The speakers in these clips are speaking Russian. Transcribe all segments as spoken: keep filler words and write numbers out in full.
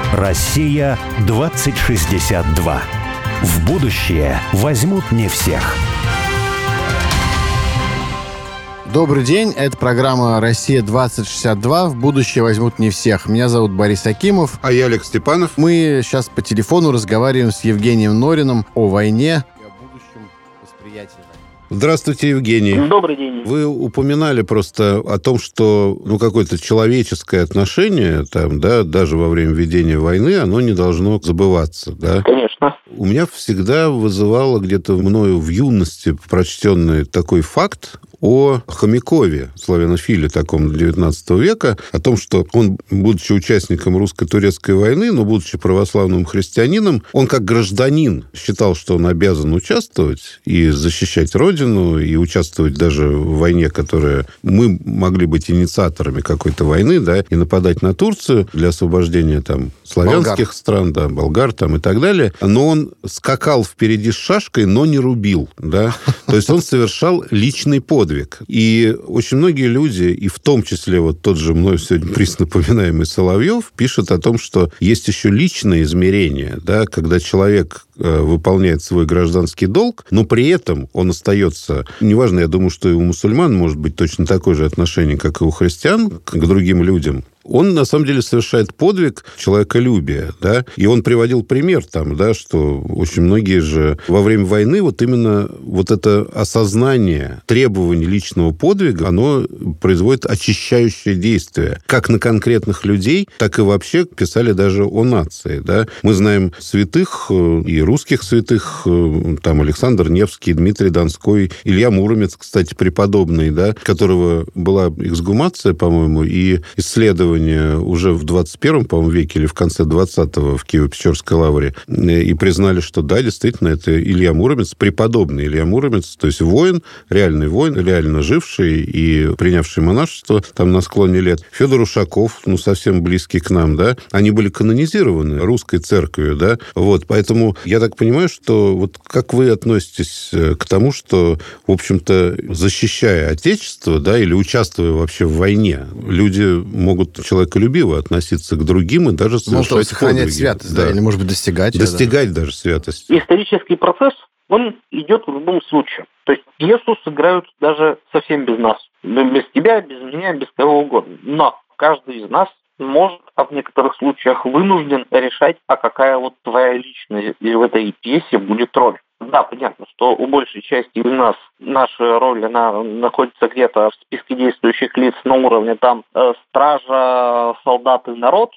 Россия двадцать шестьдесят два. В будущее возьмут не всех. Добрый день, это программа «Россия-двадцать шестьдесят два». В будущее возьмут не всех. Меня зовут Борис Акимов. А я Олег Степанов. Мы сейчас по телефону разговариваем с Евгением Нориным о войне и о будущем восприятии войны. Здравствуйте, Евгений. Добрый день. Вы упоминали просто о том, что ну, какое-то человеческое отношение, там, да, даже во время ведения войны, оно не должно забываться. Да? Конечно. У меня всегда вызывало где-то мною в юности прочтенный такой факт о Хомякове, славянофиле таком девятнадцатого века, о том, что он, будучи участником русско-турецкой войны, но будучи православным христианином, он как гражданин считал, что он обязан участвовать и защищать Родину, и участвовать даже в войне, которая... Мы могли быть инициаторами какой-то войны, да, и нападать на Турцию для освобождения там славянских болгар. стран, да, болгар там и так далее. Но он скакал впереди с шашкой, но не рубил, да. То есть он совершал личный подвиг. И очень многие люди, и в том числе вот тот же мной сегодня присно упоминаемый Соловьев, пишет о том, что есть еще личное измерение, да, когда человек э, выполняет свой гражданский долг, но при этом он остается... Неважно, я думаю, что и у мусульман может быть точно такое же отношение, как и у христиан, к другим людям. Он, на самом деле, совершает подвиг человеколюбия, да, и он приводил пример там, да, что очень многие же во время войны вот именно вот это осознание требований личного подвига, оно производит очищающее действие, как на конкретных людей, так и вообще писали даже о нации, да. Мы знаем святых, и русских святых, там Александр Невский, Дмитрий Донской, Илья Муромец, кстати, преподобный, да, которого была эксгумация, по-моему, и исследование уже в двадцать первом, по-моему, веке или в конце двадцатого в Киево-Печерской лавре, и признали, что да, действительно, это Илья Муромец, преподобный Илья Муромец, то есть воин, реальный воин, реально живший и принявший монашество там на склоне лет. Федор Ушаков, ну, совсем близкий к нам, да, они были канонизированы русской церковью, да, вот, поэтому я так понимаю, что вот как вы относитесь к тому, что, в общем-то, защищая Отечество, да, или участвуя вообще в войне, люди могут человеколюбиво относиться к другим и даже совершать Может, сохранять подвиги. святость, да. да, или, может быть, достигать. Достигать да. даже святости. Исторический процесс, он идет в любом случае. То есть пьесу сыграют даже совсем без нас. Без тебя, без меня, без кого угодно. Но каждый из нас может, а в некоторых случаях вынужден решать, а какая вот твоя личная в этой пьесе будет роль. Да, понятно, что у большей части у нас наша роль, она находится где-то в списке действующих лиц на уровне там э, стража, солдаты, народ,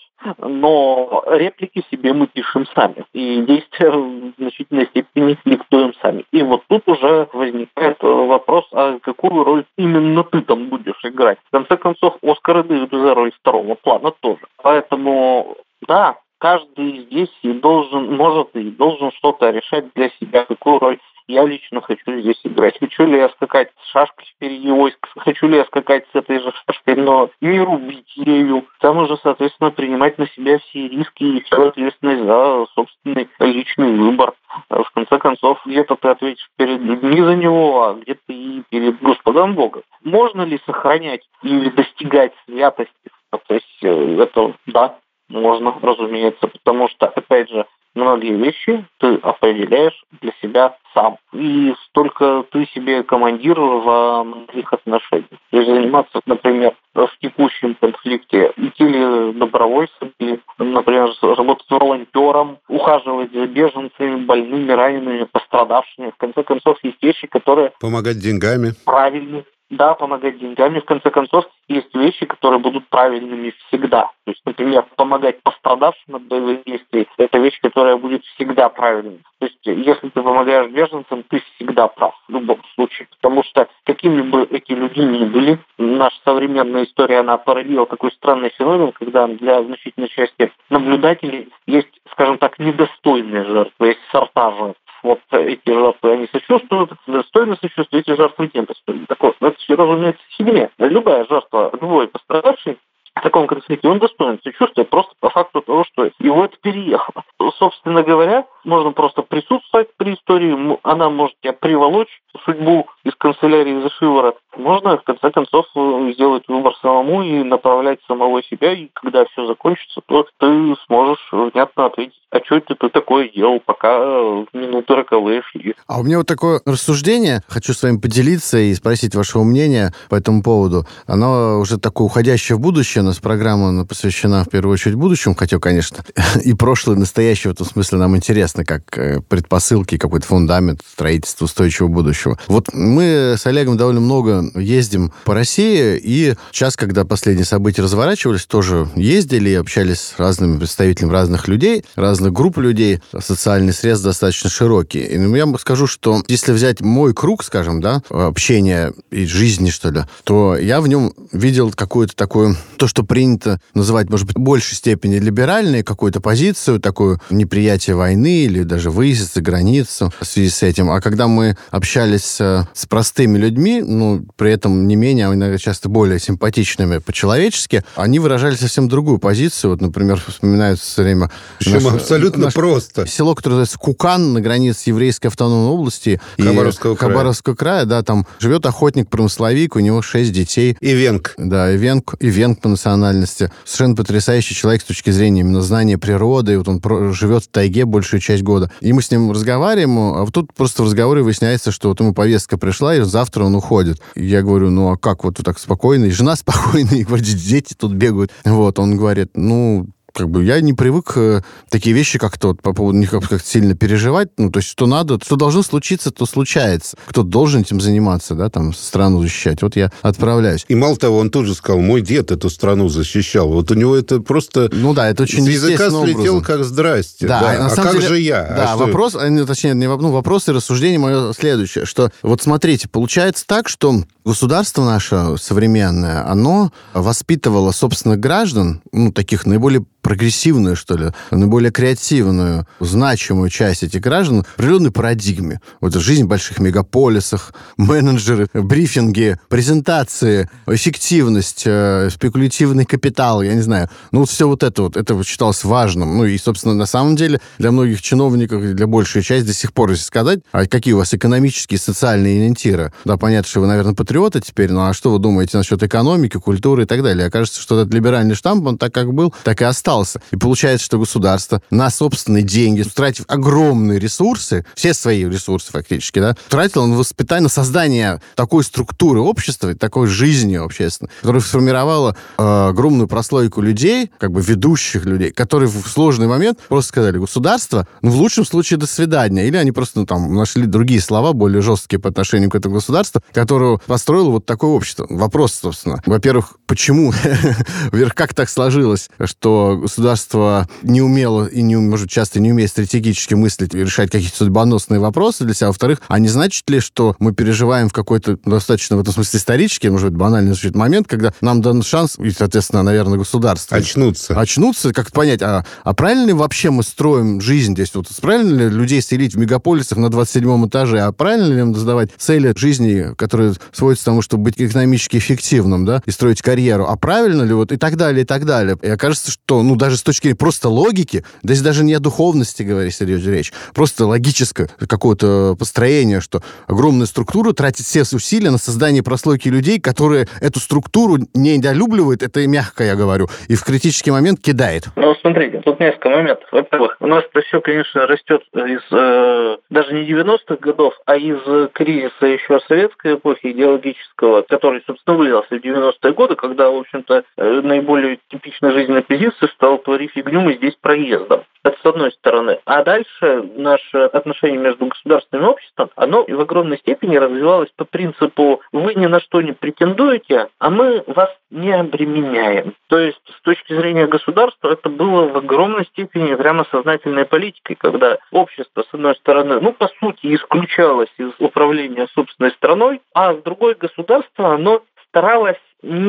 но реплики себе мы пишем сами. И действия в значительной степени диктуем сами. И вот тут уже возникает вопрос, а какую роль именно ты там будешь играть. В конце концов, Оскары дают за роль второго плана тоже. Поэтому, да, каждый здесь и должен, может и должен что-то решать для себя, какую роль я лично хочу здесь играть. Хочу ли я скакать с шашкой впереди войск, хочу ли я скакать с этой же шашкой, но не рубить ею. Там уже, соответственно, принимать на себя все риски и всю ответственность за собственный личный выбор. В конце концов, где-то ты ответишь перед людьми за него, а где-то и перед Господом Богом. Можно ли сохранять или достигать святости в процессе этого? Да. Можно, разумеется, потому что, опять же, многие вещи ты определяешь для себя сам. И столько ты себе командир во многих отношениях. То есть заниматься, например, в текущем конфликте, идти ли добровольцем, или, например, работать волонтером, ухаживать за беженцами, больными, ранеными, пострадавшими. В конце концов, есть вещи, которые... Помогать деньгами. Правильны. Да, помогать деньгами, в конце концов, есть вещи, которые будут правильными всегда. То есть, например, помогать пострадавшим от боевых действий – это вещь, которая будет всегда правильной. То есть, если ты помогаешь беженцам, ты всегда прав в любом случае. Потому что, какими бы эти люди ни были, наша современная история, она породила такой странный феномен, когда для значительной части наблюдателей есть, скажем так, недостойные жертвы, есть сорта жертв. Вот эти жертвы, они сочувствуют, достойно сочувствуют, эти жертвы не достойны. Так вот, это все, разумеется, себе. Любая жертва, любой пострадавший в таком конфликте, он достоин сочувствия просто по факту того, что его это переехало. Собственно говоря, можно просто присутствовать при истории, она может тебя приволочь, судьбу из канцелярии за шиворот, можно, в конце концов, сделать выбор самому и направлять самого себя, и когда все закончится, то ты сможешь внятно ответить, а что это ты такое делал, пока минуты роковые шли. А у меня вот такое рассуждение, хочу с вами поделиться и спросить вашего мнения по этому поводу. Оно уже такое уходящее в будущее, у нас программа посвящена в первую очередь будущему, хотя, конечно, и прошлое, и настоящее в этом смысле нам интересно, как предпосылки, какой-то фундамент строительства устойчивого будущего. Вот мы с Олегом довольно много ездим по России, и сейчас, когда последние события разворачивались, тоже ездили, общались с разными представителями разных людей, разных групп людей, социальный срез достаточно широкий. И я скажу, что если взять мой круг, скажем, да, общения и жизни, что ли, то я в нем видел какое-то такое, то, что принято называть, может быть, в большей степени либеральной какую-то позицию, такую неприятие войны или даже выезд за границу в связи с этим. А когда мы общались с простыми людьми, ну, при этом не менее, а иногда часто более симпатичными по-человечески, они выражали совсем другую позицию. Вот, например, вспоминают все время... Причем наш, абсолютно наш просто. Село, которое называется Кукан, на границе Еврейской автономной области Хабаровского, края. Хабаровского края, да, там живет охотник-промысловик, у него шесть детей. Ивенк. Да, Ивенк, Ивенк по национальности. Совершенно потрясающий человек с точки зрения именно знания природы. Вот он про- живет в тайге большую часть года. И мы с ним разговариваем, а вот тут просто в разговоре выясняется, что вот ему повестка пришла, и завтра он уходит. И я говорю, ну а как вот вы так спокойно? И жена спокойная, и говорит, дети тут бегают. Вот, он говорит, ну... Как бы я не привык э, такие вещи как-то вот, по поводу них как-то сильно переживать. Ну, то есть, что надо, что должно случиться, то случается. Кто должен этим заниматься, да, там, страну защищать. Вот я отправляюсь. И мало того, он тоже сказал, мой дед эту страну защищал. Вот у него это просто... Ну да, это очень с языка слетел образом. Как здрасте. Да, да. На а самом как деле, же я? Да, а вопрос, что... точнее, не, ну, вопрос и рассуждение мое следующее, что вот смотрите, получается так, что государство наше современное, оно воспитывало собственных граждан, ну, таких наиболее прогрессивную, что ли, наиболее креативную, значимую часть этих граждан в определенной парадигме. Вот жизнь в больших мегаполисах, менеджеры, брифинги, презентации, эффективность, э, спекулятивный капитал, я не знаю. Ну, вот все вот это вот, это считалось важным. Ну, и, собственно, на самом деле для многих чиновников, для большей части до сих пор, если сказать, а какие у вас экономические, социальные ориентиры. Да, понятно, что вы, наверное, патриоты теперь, ну, а что вы думаете насчет экономики, культуры и так далее? Окажется, что этот либеральный штамп, он так как был, так и остался. И получается, что государство на собственные деньги, тратив огромные ресурсы, все свои ресурсы фактически, да, тратило на воспитание, на создание такой структуры общества, такой жизни общественной, которая сформировала э, огромную прослойку людей, как бы ведущих людей, которые в сложный момент просто сказали, государство, ну, в лучшем случае, до свидания. Или они просто, ну, там, нашли другие слова, более жесткие по отношению к этому государству, которое построило вот такое общество. Вопрос, собственно, во-первых, почему? Во-первых, как так сложилось, что государство не умело и, не, может, часто не умеет стратегически мыслить и решать какие-то судьбоносные вопросы для себя. Во-вторых, а не значит ли, что мы переживаем в какой-то достаточно, в этом смысле, исторический, может быть, банальный звучит момент, когда нам дан шанс, и, соответственно, наверное, государство... Очнуться. Очнуться, как понять, а, а правильно ли вообще мы строим жизнь здесь? Вот правильно ли людей селить в мегаполисах на двадцать седьмом этаже? А правильно ли им задавать цели жизни, которые сводятся к тому, чтобы быть экономически эффективным, да, и строить карьеру? А правильно ли вот и так далее, и так далее? И окажется, что, ну, даже с точки зрения просто логики, да здесь даже не о духовности говорить, серьезно речь, просто логическое какое-то построение, что огромная структура тратит все усилия на создание прослойки людей, которые эту структуру не недолюбливают, это и мягко я говорю, и в критический момент кидает. Ну, смотрите, тут несколько моментов. Во-первых, у нас это все, конечно, растет из э, даже не девяностых годов, а из кризиса еще советской эпохи идеологического, который, собственно, вылился в девяностые годы, когда, в общем-то, наиболее типичной жизненной позицией стал «твори фигню, мы здесь проездом». Это с одной стороны. А дальше наше отношение между государством и обществом, оно в огромной степени развивалось по принципу «вы ни на что не претендуете, а мы вас не обременяем». То есть с точки зрения государства это было в огромной степени прямо сознательной политикой, когда общество, с одной стороны, ну, по сути, исключалось из управления собственной страной, а с другой государство, оно старалось не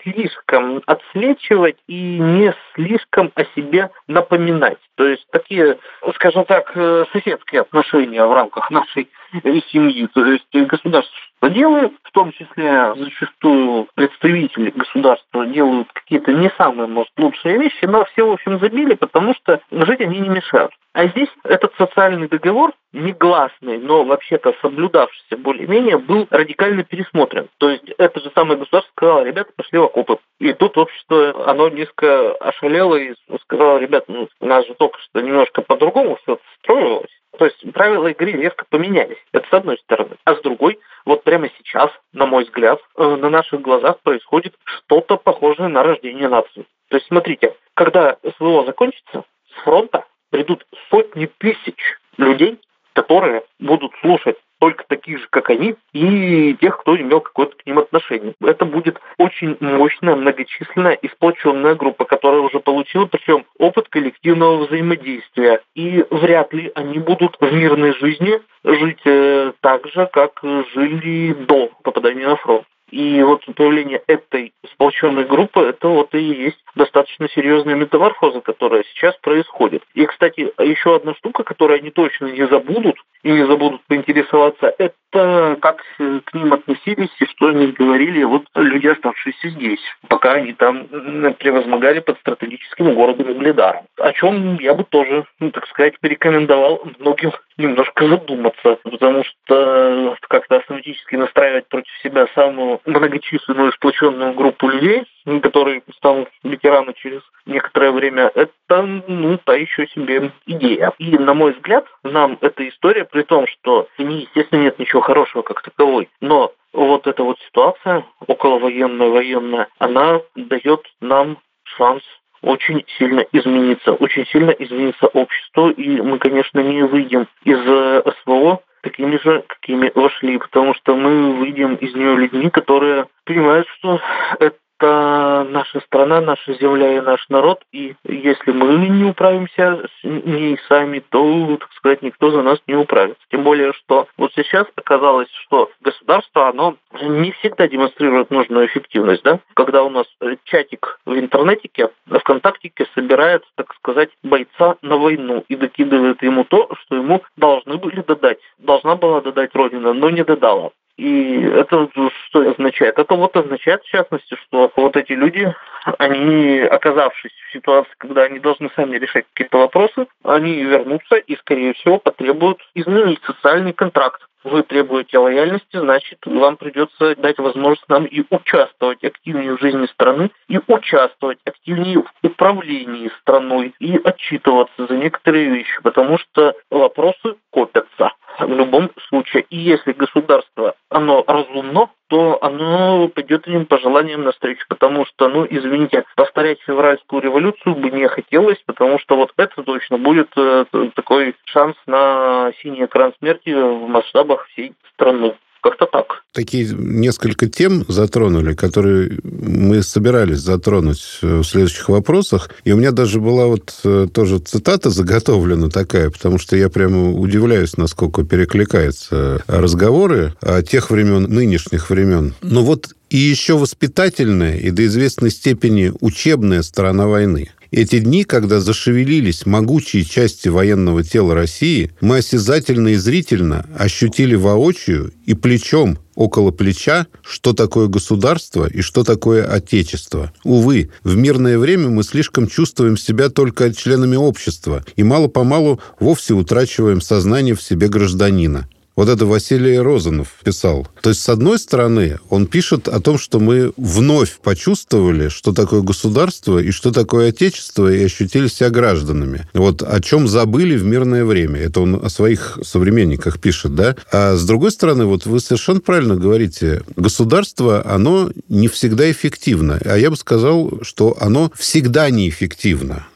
слишком отслеживать и не слишком о себе напоминать. То есть такие, скажем так, соседские отношения в рамках нашей семьи. То есть государство что делает, в том числе зачастую представители государства делают какие-то не самые, может, лучшие вещи, но все, в общем, забили, потому что жить они не мешают. А здесь этот социальный договор, негласный, но вообще-то соблюдавшийся более-менее, был радикально пересмотрен. То есть это же самое государство сказало: ребята, пошли в окопы. И тут общество, оно несколько ошалело и сказало: ребята, ну, у нас же только что немножко по-другому все строилось. То есть правила игры резко поменялись. Это с одной стороны. А с другой, вот прямо сейчас, на мой взгляд, на наших глазах происходит что-то похожее на рождение нации. То есть смотрите, когда СВО закончится, с фронта придут сотни тысяч людей, которые будут слушать только таких же, как они, и тех, кто имел какое-то к ним отношение. Это будет очень мощная, многочисленная и сплоченная группа, которая уже получила, причем, опыт коллективного взаимодействия. И вряд ли они будут в мирной жизни жить э, так же, как жили до попадания на фронт. И вот появление этой сплоченной группы, это вот и есть достаточно серьезная метаморфоза, которая сейчас происходит. И, кстати, еще одна штука, которую они точно не забудут, и не забудут поинтересоваться, это как к ним относились и что они говорили вот люди, оставшиеся здесь, пока они там превозмогали под стратегическим городом Угледаром. О чем я бы тоже, ну, так сказать, порекомендовал многим немножко задуматься, потому что как-то автоматически настраивать против себя самую многочисленную сплоченную группу людей, которые станут ветераны через некоторое время, это, ну, та еще себе идея. И, на мой взгляд, нам эта история, при том, что в ней, естественно, нет ничего хорошего как таковой, но вот эта вот ситуация, околовоенная, военная, она дает нам шанс очень сильно измениться, очень сильно изменится общество, и мы, конечно, не выйдем из СВО такими же, какими вошли, потому что мы выйдем из нее людьми, которые понимают, что это наша страна, наша земля и наш народ, и если мы не управимся с ней сами, то, так сказать, никто за нас не управится. Тем более, что вот сейчас оказалось, что государство, оно не всегда демонстрирует нужную эффективность, да? Когда у нас чатик в интернетике, в ВКонтактике собирает, так сказать, бойца на войну и докидывает ему то, что ему должны были додать. Должна была додать Родина, но не додала. И это что означает? Это вот означает, в частности, что вот эти люди, они, оказавшись в ситуации, когда они должны сами решать какие-то вопросы, они вернутся и, скорее всего, потребуют изменить социальный контракт. Вы требуете лояльности, значит, вам придется дать возможность нам и участвовать активнее в жизни страны, и участвовать активнее в управлении страной, и отчитываться за некоторые вещи, потому что вопросы копятся в любом случае. И если государство, оно разумно, то оно пойдет им по желаниям навстречу, потому что, ну, извините, повторять февральскую революцию бы не хотелось, потому что вот это точно будет э, такой шанс на синий экран смерти в масштабах всей страны. Как-то так. Такие несколько тем затронули, которые мы собирались затронуть в следующих вопросах. И у меня даже была вот тоже цитата заготовлена такая, потому что я прямо удивляюсь, насколько перекликаются разговоры о тех времен, нынешних времен. Но вот и еще воспитательная и до известной степени учебная сторона войны. Эти дни, когда зашевелились могучие части военного тела России, мы осязательно и зрительно ощутили воочию и плечом около плеча, что такое государство и что такое отечество. Увы, в мирное время мы слишком чувствуем себя только членами общества и мало-помалу вовсе утрачиваем сознание в себе гражданина. Вот это Василий Розанов писал. То есть, с одной стороны, он пишет о том, что мы вновь почувствовали, что такое государство и что такое отечество, и ощутили себя гражданами. Вот о чем забыли в мирное время. Это он о своих современниках пишет, да? А с другой стороны, вот вы совершенно правильно говорите, государство, оно не всегда эффективно. А я бы сказал, что оно всегда неэффективно.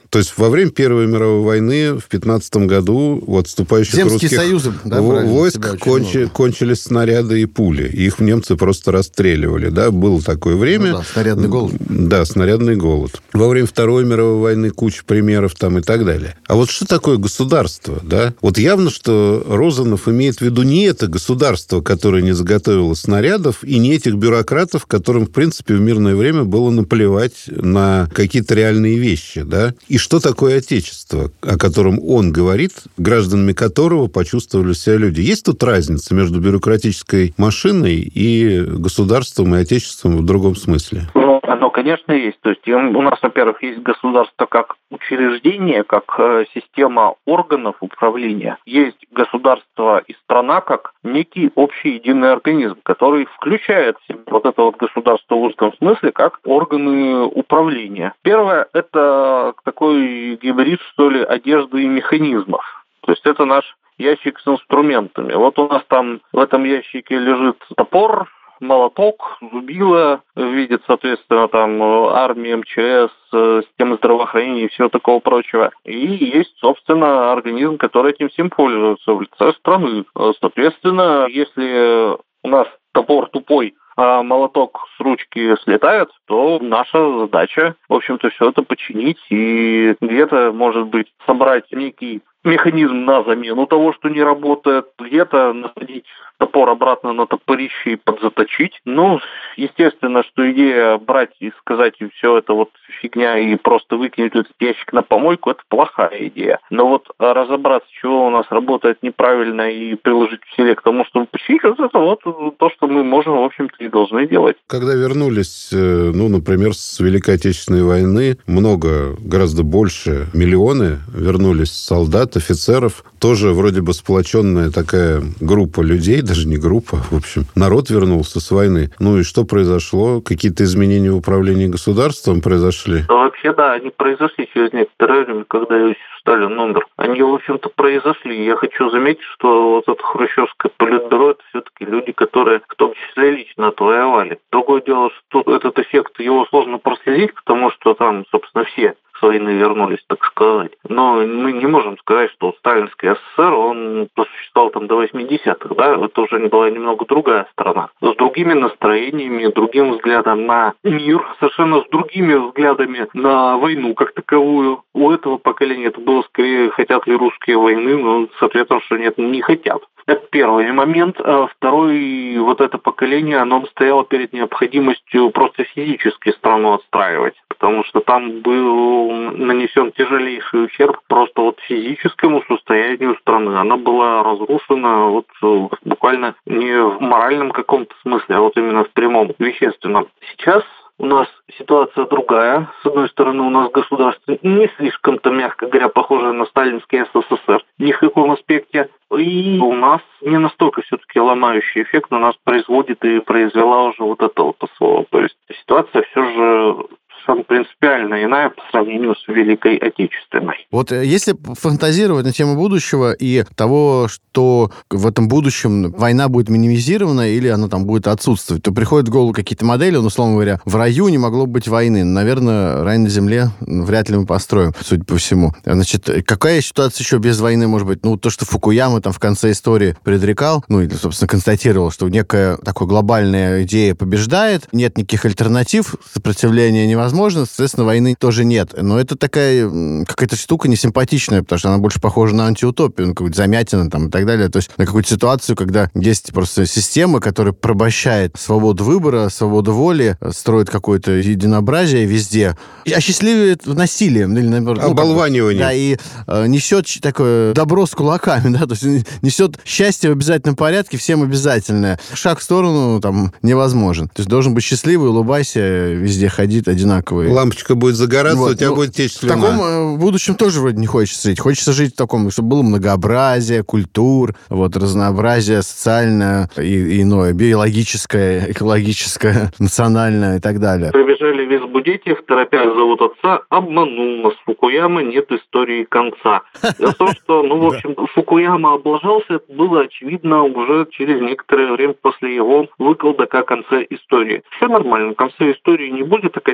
То есть во время Первой мировой войны в пятнадцатом году у отступающих Земские русских союзы, да, войск кончи, кончились снаряды и пули. Их немцы просто расстреливали. Да? Было такое время. Ну да, снарядный голод. Да, снарядный голод. Во время Второй мировой войны куча примеров там и так далее. А вот что такое государство? Да? Вот явно, что Розанов имеет в виду не это государство, которое не заготовило снарядов, и не этих бюрократов, которым, в принципе, в мирное время было наплевать на какие-то реальные вещи. Да? И что такое Отечество, о котором он говорит, гражданами которого почувствовали себя люди? Есть тут разница между бюрократической машиной и государством, и Отечеством в другом смысле? Ну, оно, конечно, есть. То есть у нас, во-первых, есть государство как учреждение, как э, система органов управления. Есть государство и страна как некий общий единый организм, который включает в себя вот это вот государство в узком смысле как органы управления. Первое – это такой гибрид, что ли, одежды и механизмов. То есть это наш ящик с инструментами. Вот у нас там в этом ящике лежит топор, молоток, зубило, видит, соответственно, там армия, эм че эс, система здравоохранения и всего такого прочего. И есть, собственно, организм, который этим всем пользуется в лице страны. Соответственно, если у нас топор тупой, а молоток с ручки слетает, то наша задача, в общем-то, все это починить и где-то, может быть, собрать некий механизм на замену того, что не работает, где-то насадить топор обратно на топорище и подзаточить. Ну, естественно, что идея брать и сказать им все это вот фигня и просто выкинуть этот ящик на помойку, это плохая идея. Но вот разобраться, чего у нас работает неправильно и приложить усилия к тому, чтобы починить, вот это вот то, что мы можем, в общем-то, и должны делать. Когда вернулись, ну, например, с Великой Отечественной войны, много, гораздо больше, миллионы вернулись солдат, офицеров, тоже вроде бы сплоченная такая группа людей, даже не группа, в общем, народ вернулся с войны. Ну и что произошло? Какие-то изменения в управлении государством произошли? Вообще, да, они произошли через некоторое время, когда Иосиф Сталин умер. Они, в общем-то, произошли. Я хочу заметить, что вот это хрущевское политбюро, это все-таки люди, которые в том числе лично отвоевали. Другое дело, что этот эффект, его сложно проследить, потому что там, собственно, все с войны вернулись, так сказать. Но мы не можем сказать, что сталинский эс эс эс эр, он просуществовал там до восьмидесятых, да, это уже была немного другая страна, с другими настроениями, другим взглядом на мир, совершенно с другими взглядами на войну как таковую. У этого поколения это было скорее, хотят ли русские войны, но с ответом, что нет, не хотят. Это первый момент. Второй, вот это поколение, оно стояло перед необходимостью просто физически страну отстраивать, потому что там был нанесен тяжелейший ущерб просто вот физическому состоянию страны. Она была разрушена вот буквально не в моральном каком-то смысле, а вот именно в прямом, вещественном. Сейчас у нас ситуация другая. С одной стороны, у нас государство не слишком-то, мягко говоря, похоже на сталинский эс эс эс эр ни в каком аспекте. И у нас не настолько все-таки ломающий эффект на нас производит и произвела уже вот это вот слово. То есть ситуация все же совершенно принципиально иная по сравнению с Великой Отечественной. Вот если фантазировать на тему будущего и того, что в этом будущем война будет минимизирована или она там будет отсутствовать, то приходят в голову какие-то модели, ну, условно говоря, в раю не могло быть войны. Наверное, рай на земле вряд ли мы построим, судя по всему. Значит, какая ситуация еще без войны может быть? Ну, то, что Фукуяма там в конце истории предрекал, ну, или, собственно, констатировал, что некая такая глобальная идея побеждает, нет никаких альтернатив, сопротивления невозможно, соответственно, войны тоже нет. Но это такая какая-то штука несимпатичная, потому что она больше похожа на антиутопию, на какую-то замятину там и так далее. То есть на какую-то ситуацию, когда есть просто система, которая порабощает свободу выбора, свободу воли, строит какое-то единообразие везде, и осчастливит насилием. Или, наоборот, ну, оболванивание. Да, и э, несет такое добро с кулаками, да, то есть несет счастье в обязательном порядке, всем обязательное. Шаг в сторону там невозможен. То есть должен быть счастливый, улыбайся, везде ходить одинаково. Лампочка будет загораться, вот. У тебя ну, будет течь слюна. В таком э, будущем тоже вроде не хочется жить. Хочется жить в таком, чтобы было многообразие культур, вот, разнообразие социальное и, и иное, биологическое, экологическое, национальное и так далее. Прибежали в Избудетьев, торопясь зовут отца, обманул нас. Фукуяма, нет истории конца. Дело в том, что, ну, в общем, Фукуяма облажался, это было очевидно уже через некоторое время после его выкладок о конце истории. Все нормально, в конце истории не будет, а конец света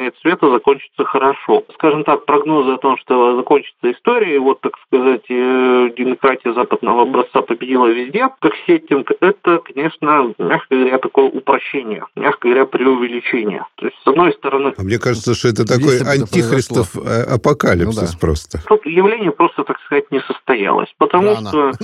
это закончится хорошо. Скажем так, прогнозы о том, что закончится история, и вот, так сказать, демократия западного образца победила везде, как сеттинг, это, конечно, мягко говоря, такое упрощение, мягко говоря, преувеличение. То есть, с одной стороны... А мне кажется, что это такой антихристов апокалипсис ну, да. просто. Тут явление просто, так сказать, не состоялось, потому Рано. что,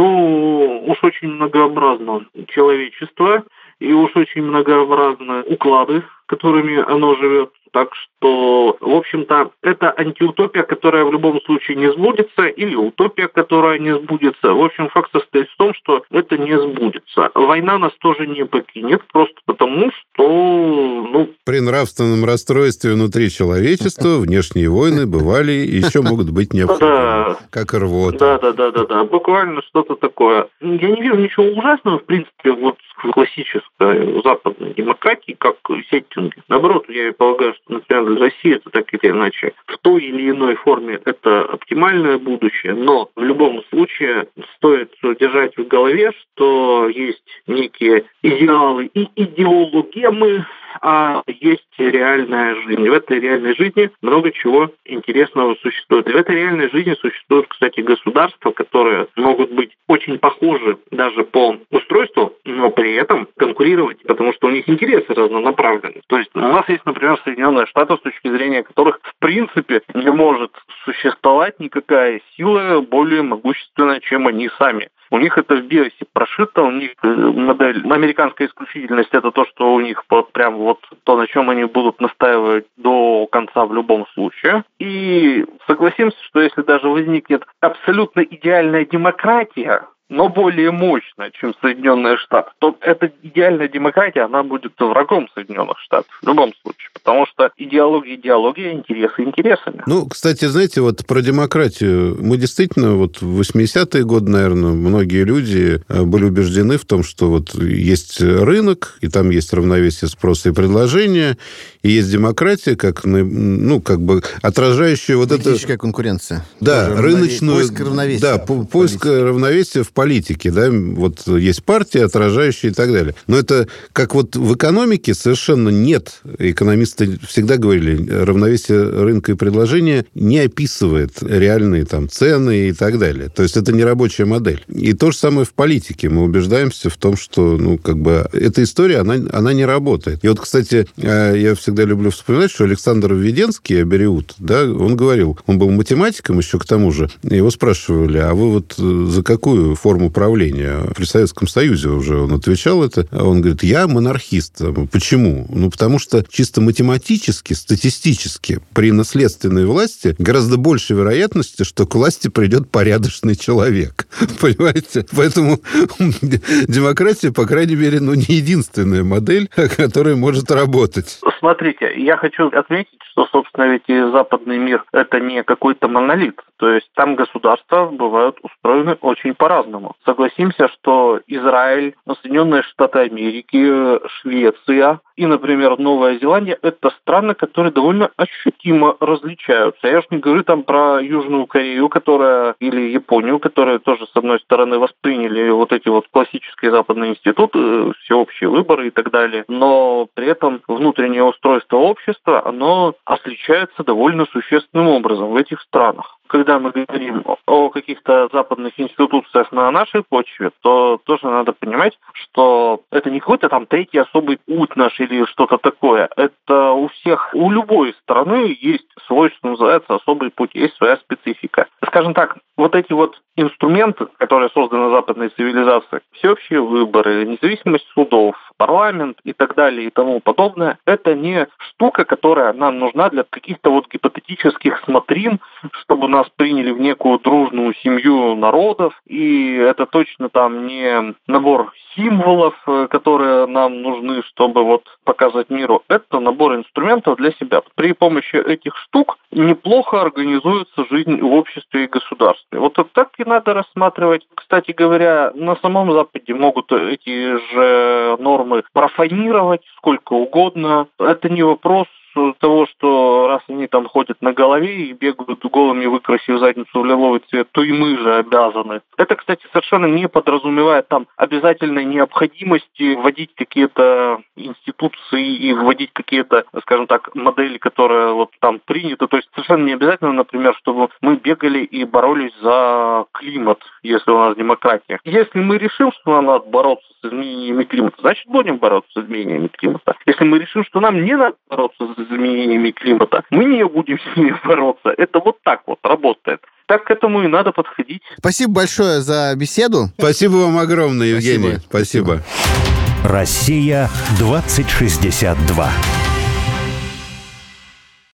ну, уж очень многообразно человечество, и уж очень многообразны уклады, которыми оно живет. Так что, в общем-то, это антиутопия, которая в любом случае не сбудется, или утопия, которая не сбудется. В общем, факт состоит в том, что это не сбудется. Война нас тоже не покинет, просто потому что... Ну... При нравственном расстройстве внутри человечества внешние войны бывали и еще могут быть необходимы. Как рвота. Да-да-да, буквально что-то такое. Я не вижу ничего ужасного, в принципе, вот в классической западной демократии, как сеттинге. Наоборот, я полагаю, что, например, для России это так или иначе в той или иной форме это оптимальное будущее, но в любом случае стоит держать в голове, что есть некие идеалы и идеологемы, а есть реальная жизнь. В этой реальной жизни много чего интересного существует. И в этой реальной жизни существуют, кстати, государства, которые могут быть очень похожи даже по устройству, но при этом конкурировать, потому что у них интересы разнонаправлены. То есть у нас есть, например, Соединенные Штаты, с точки зрения которых в принципе не может существовать никакая сила более могущественная, чем они сами. У них это в биосе прошито, у них модель, американская исключительность – это то, что у них вот прям вот то, на чем они будут настаивать до конца в любом случае. И согласимся, что если даже возникнет абсолютно идеальная демократия, но более мощная, чем Соединенные Штаты, то эта идеальная демократия, она будет врагом Соединенных Штатов в любом случае, потому что идеология идеология, интересы интересами. Ну, кстати, знаете, вот про демократию. Мы действительно, вот в восьмидесятые годы, наверное, многие люди были убеждены в том, что вот есть рынок, и там есть равновесие спроса и предложения, и есть демократия, как, ну, как бы отражающая вот это... Политическая конкуренция. Да, Тоже рыночную... Поиск равновесия. Да, поиск равновесия в политике, да, вот есть партии, отражающие и так далее. Но это как вот в экономике совершенно нет. Экономисты всегда говорили, равновесие рынка и предложения не описывает реальные там цены и так далее. То есть это не рабочая модель. И то же самое в политике. Мы убеждаемся в том, что, ну, как бы эта история, она, она не работает. И вот, кстати, я всегда люблю вспоминать, что Александр Введенский, Абериут, да, он говорил, он был математиком еще к тому же, его спрашивали, а вы вот за какую форму правления? При Советском Союзе уже он отвечал это. Он говорит, я монархист. Почему? Ну, потому что чисто математически, статистически при наследственной власти гораздо больше вероятности, что к власти придет порядочный человек. Понимаете? Поэтому демократия, по крайней мере, ну, не единственная модель, которая может работать. Смотрите, я хочу отметить, что, собственно, ведь и западный мир – это не какой-то монолит. То есть там государства бывают устроены очень по-разному. Согласимся, что Израиль, Соединенные Штаты Америки, Швеция и, например, Новая Зеландия – это страны, которые довольно ощутимо различаются. Я уж не говорю там про Южную Корею, которая, или Японию, которые тоже, с одной стороны, восприняли вот эти вот классические западные институты, всеобщие выборы и так далее, но при этом внутреннее устройство общества, оно отличается довольно существенным образом в этих странах. Когда мы говорим о каких-то западных институциях на нашей почве, то тоже надо понимать, что это не какой-то там третий особый путь наш или что-то такое. Это у всех, у любой страны есть свой, что называется, особый путь, есть своя специфика. Скажем так, вот эти вот инструменты, которые созданы западной цивилизацией, всеобщие выборы, независимость судов, парламент и так далее и тому подобное, это не штука, которая нам нужна для каких-то вот гипотетических смотрин, чтобы нас приняли в некую дружную семью народов, и это точно там не набор символов, которые нам нужны, чтобы вот показать миру. Это набор инструментов для себя. При помощи этих штук неплохо организуется жизнь в обществе и государстве. Вот это так и надо рассматривать. Кстати говоря, на самом Западе могут эти же нормы профанировать сколько угодно. Это не вопрос того, что раз они там ходят на голове и бегают голыми, выкрасив задницу в лиловый цвет, то и мы же обязаны. Это, кстати, совершенно не подразумевает там обязательной необходимости вводить какие-то институции и вводить какие-то, скажем так, модели, которые вот там приняты. То есть совершенно не обязательно, например, чтобы мы бегали и боролись за климат, если у нас демократия. Если мы решим, что нам надо бороться с изменениями климата, значит, будем бороться с изменениями климата. Если мы решим, что нам не надо бороться с изменениями климата, мы не будем с ними бороться. Это вот так вот работает. Так к этому и надо подходить. Спасибо большое за беседу. Спасибо вам огромное, Евгений. Спасибо. Спасибо. Россия двадцать шестьдесят два.